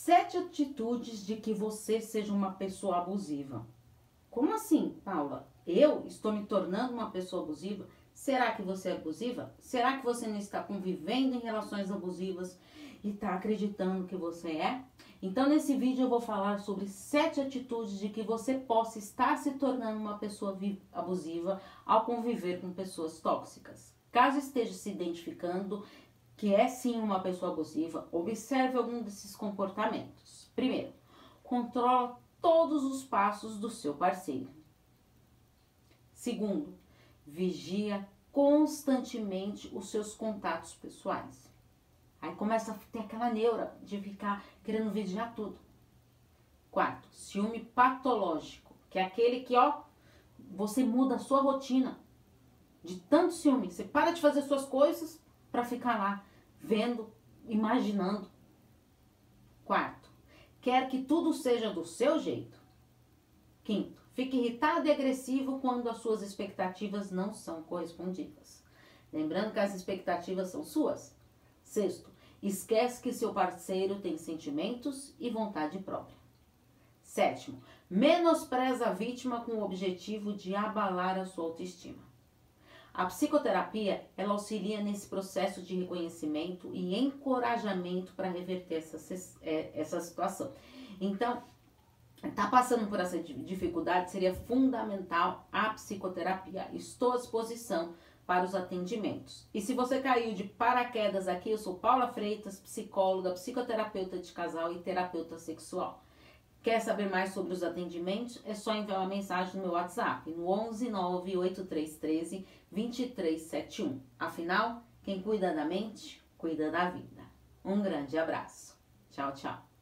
7 atitudes de que você seja uma pessoa abusiva. Como assim, Paula? Eu estou me tornando uma pessoa abusiva? Será que você é abusiva? Será que você não está convivendo em relações abusivas e está acreditando que você é? Então, nesse vídeo eu vou falar sobre 7 atitudes de que você possa estar se tornando uma pessoa abusiva ao conviver com pessoas tóxicas. Caso esteja se identificando que é sim uma pessoa abusiva, observe algum desses comportamentos. Primeiro, controla todos os passos do seu parceiro. Segundo, vigia constantemente os seus contatos pessoais. Aí começa a ter aquela neura de ficar querendo vigiar tudo. Quarto, ciúme patológico, que é aquele que, você muda a sua rotina de tanto ciúme. Você para de fazer suas coisas para ficar lá vendo, imaginando. Quarto, quer que tudo seja do seu jeito. Quinto, fica irritado e agressivo quando as suas expectativas não são correspondidas. Lembrando que as expectativas são suas. Sexto, esquece que seu parceiro tem sentimentos e vontade própria. Sétimo, menospreza a vítima com o objetivo de abalar a sua autoestima. A psicoterapia, ela auxilia nesse processo de reconhecimento e encorajamento para reverter essa situação. Então, tá passando por essa dificuldade, seria fundamental a psicoterapia. Estou à disposição para os atendimentos. E se você caiu de paraquedas aqui, eu sou Paula Freitas, psicóloga, psicoterapeuta de casal e terapeuta sexual. Quer saber mais sobre os atendimentos? É só enviar uma mensagem no meu WhatsApp, no 11 98313 2371. Afinal, quem cuida da mente, cuida da vida. Um grande abraço. Tchau, tchau.